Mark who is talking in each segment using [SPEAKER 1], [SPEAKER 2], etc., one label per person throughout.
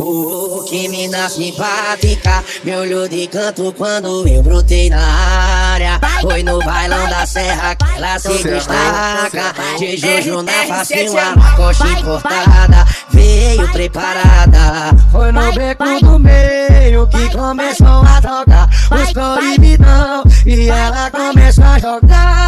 [SPEAKER 1] Que mina simpática, me olhou de canto quando eu brotei na área. Foi no bailão da serra que ela se destaca. De Jojo na face, uma coxa importada. Veio preparada. Foi no beco do meio que começou a tocar os proibidão e ela começou a jogar.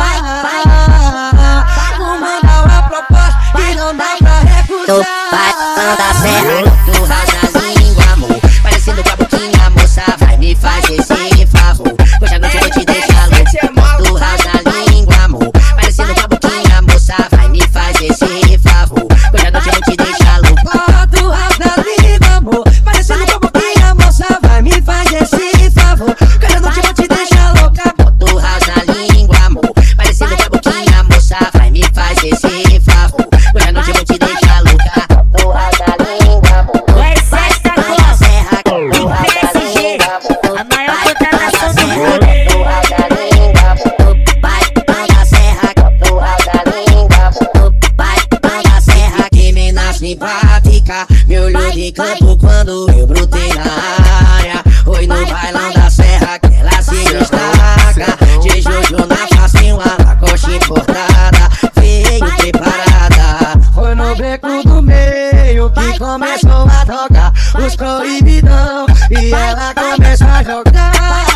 [SPEAKER 1] Vou mandar uma proposta que não dá pra recusar.
[SPEAKER 2] Do bailão da serra,
[SPEAKER 1] tu rasga a língua, amor, parecendo com a boquinha, moça, vai me fazer esse favor. Hoje à noite eu vou te deixar louco. Tu rasga a língua, amor, parecendo com a boquinha, moça, vai me fazer esse favor. Hoje à noite eu vou te deixar louco. Tu rasga a língua, amor, parecendo com a boquinha, moça, vai me fazer esse favor. Hoje à noite eu vou te deixar louca. Tu rasga a língua, amor, parecendo com a boquinha, moça, vai me fazer esse favor. Hoje à noite eu vou te deixar louca. Tu rasga a língua, amor.
[SPEAKER 2] a maior contratação do mundo.
[SPEAKER 1] Que mina simpática, me olhou de canto quando eu brotei na área. Foi no bailão da serra que ela se destaca. De Jojo na face, uma lacoste importada. Veio preparada. Foi no beco do meio que começou a tocar os proibidão e ela começou a jogar.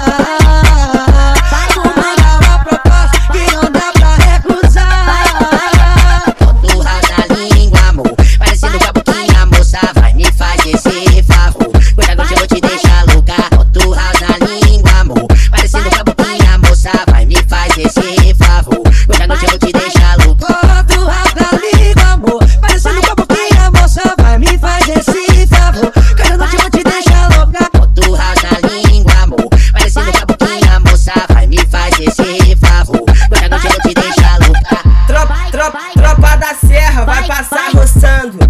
[SPEAKER 1] Vou mandar uma proposta que não dá pra recusar. Tu rasga a língua, amor, parecendo com a boquinha, moça, vai me fazer esse favor. Hoje à noite eu vou te deixar louca. Tu rasga a língua, amor, parecendo com a boquinha, moça, vai me fazer esse favor. Hoje à noite eu vou te deixar louca. Tu rasga a língua, amor, parecendo com a boquinha, moça, vai me fazer esse favor. Hoje à noite eu vou te deixar louca. Tu rasga a língua, amor, parecendo com a boquinha, moça, vai me fazer esse favor. Hoje à noite eu vou te deixar louca.
[SPEAKER 3] Tropa da serra vai passar roçando.